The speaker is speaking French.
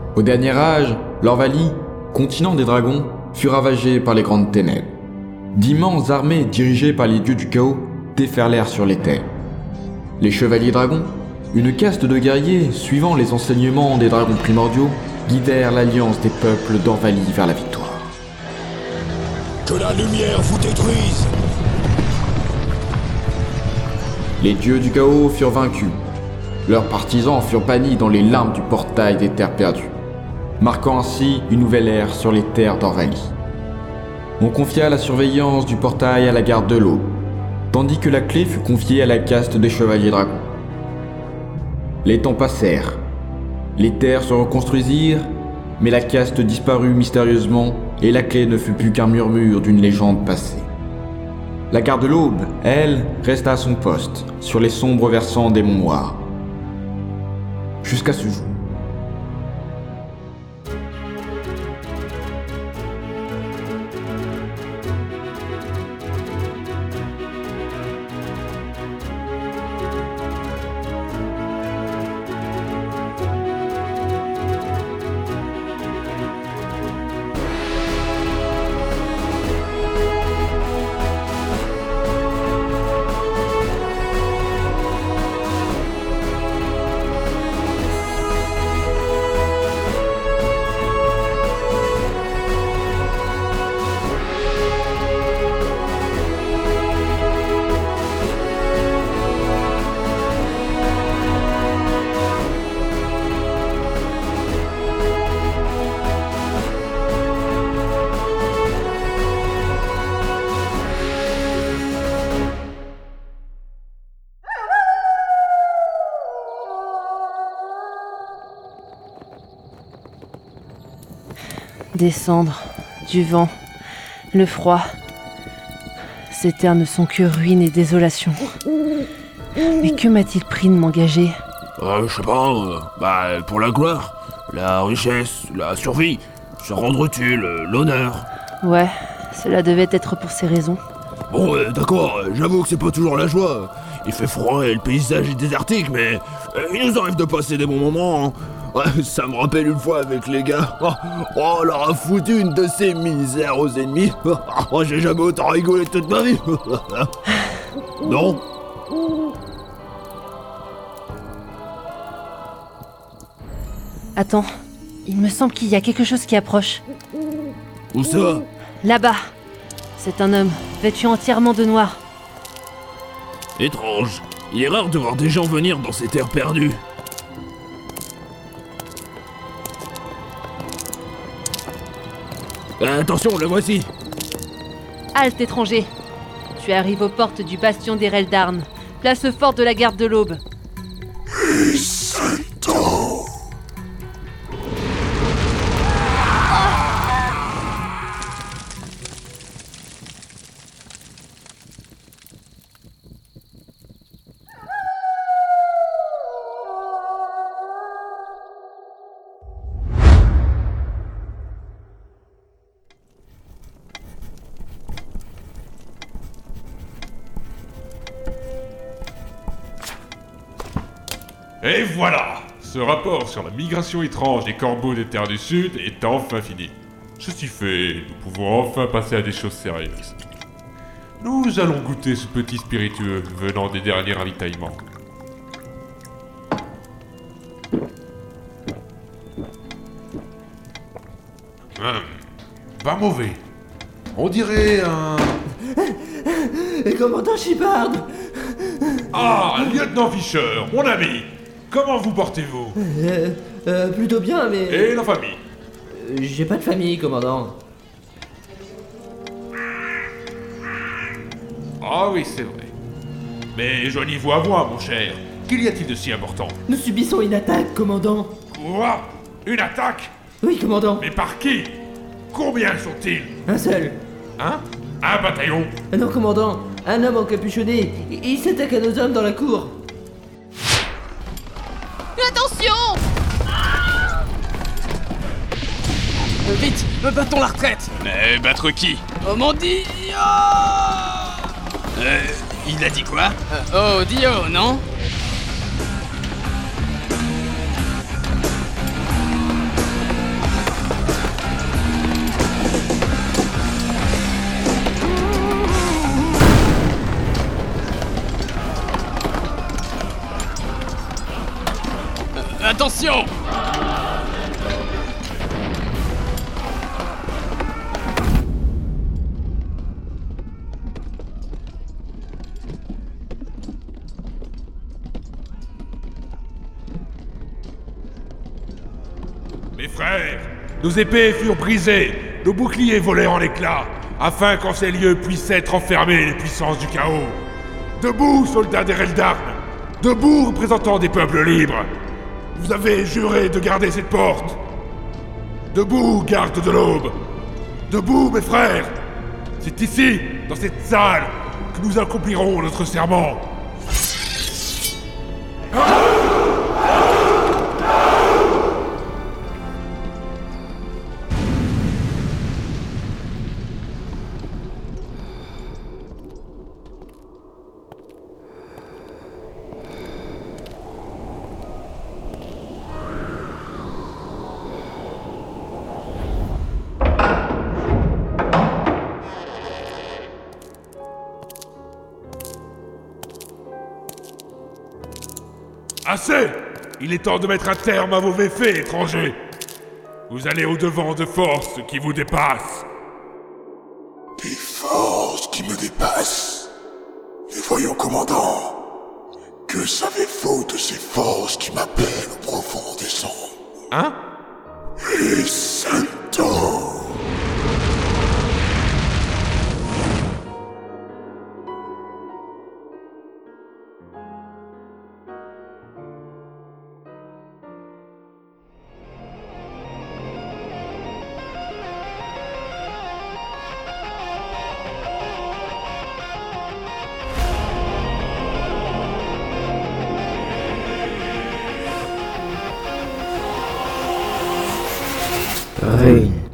Au dernier âge, l'Orvalie, continent des dragons, fut ravagé par les grandes ténèbres. D'immenses armées dirigées par les dieux du chaos déferlèrent sur les terres. Les chevaliers dragons, une caste de guerriers suivant les enseignements des dragons primordiaux, guidèrent l'alliance des peuples d'Orvalie vers la victoire. Que la lumière vous détruise! Les dieux du chaos furent vaincus. Leurs partisans furent bannis dans les limbes du portail des terres perdues, marquant ainsi une nouvelle ère sur les terres d'Orvalie. On confia la surveillance du portail à la garde de l'eau, tandis que la clé fut confiée à la caste des chevaliers dragons. Les temps passèrent. Les terres se reconstruisirent, mais la caste disparut mystérieusement et la clé ne fut plus qu'un murmure d'une légende passée. La garde de l'aube, elle, resta à son poste, sur les sombres versants des monts noirs. Jusqu'à ce jour. Des cendres, du vent, le froid. Ces terres ne sont que ruines et désolation. Mais que m'a-t-il pris de m'engager ? Je sais pas, pour la gloire, la richesse, la survie, se rendre utile, l'honneur. Ouais, cela devait être pour ces raisons. Bon, d'accord, j'avoue que c'est pas toujours la joie. Il fait froid et le paysage est désertique, mais il nous arrive de passer des bons moments. Hein. Ouais, ça me rappelle une fois avec les gars. On leur a foutu une de ces misères aux ennemis. J'ai jamais autant rigolé toute ma vie. Non ? Attends, il me semble qu'il y a quelque chose qui approche. Où ça ? Là-bas. C'est un homme, vêtu entièrement de noir. Étrange. Il est rare de voir des gens venir dans ces terres perdues. Attention, le voici. Halte, étranger. Tu arrives aux portes du bastion d'Ereldarn, place forte de la garde de l'Aube. Et voilà! Ce rapport sur la migration étrange des corbeaux des terres du Sud est enfin fini. Ceci fait, nous pouvons enfin passer à des choses sérieuses. Nous allons goûter ce petit spiritueux venant des derniers ravitaillements. Pas mauvais. On dirait un... Commandant Shepard! Ah, lieutenant Fisher, mon ami! Comment vous portez-vous? Plutôt bien, mais... Et la famille? J'ai pas de famille, commandant. Ah oui, c'est vrai. Mais joignez-vous à moi, mon cher. Qu'y a-t-il de si important? Nous subissons une attaque, commandant. Quoi? Une attaque? Oui, commandant. Mais par qui? Combien sont-ils? Un seul. Hein? Un bataillon? Non, commandant. Un homme encapuchonné. Il s'attaque à nos hommes dans la cour. Attention! Vite, battons la retraite. Mais battre qui? Oh mon Dio! Il a dit quoi? Oh Dio, non? Attention! Mes frères, nos épées furent brisées, nos boucliers volés en éclats, afin qu'en ces lieux puissent être enfermées les puissances du chaos. Debout, soldats des Reldarn! Debout, représentants des peuples libres! Vous avez juré de garder cette porte! Debout, garde de l'aube! Debout, mes frères! C'est ici, dans cette salle, que nous accomplirons notre serment! Assez! Il est temps de mettre un terme à vos méfaits, étrangers! Vous allez au-devant de forces qui vous dépassent! Des forces qui me dépassent. Mais voyons, commandant. Que savez-vous de ces forces qui m'appellent au profond des ondes? Hein? Les Saltos. Rune.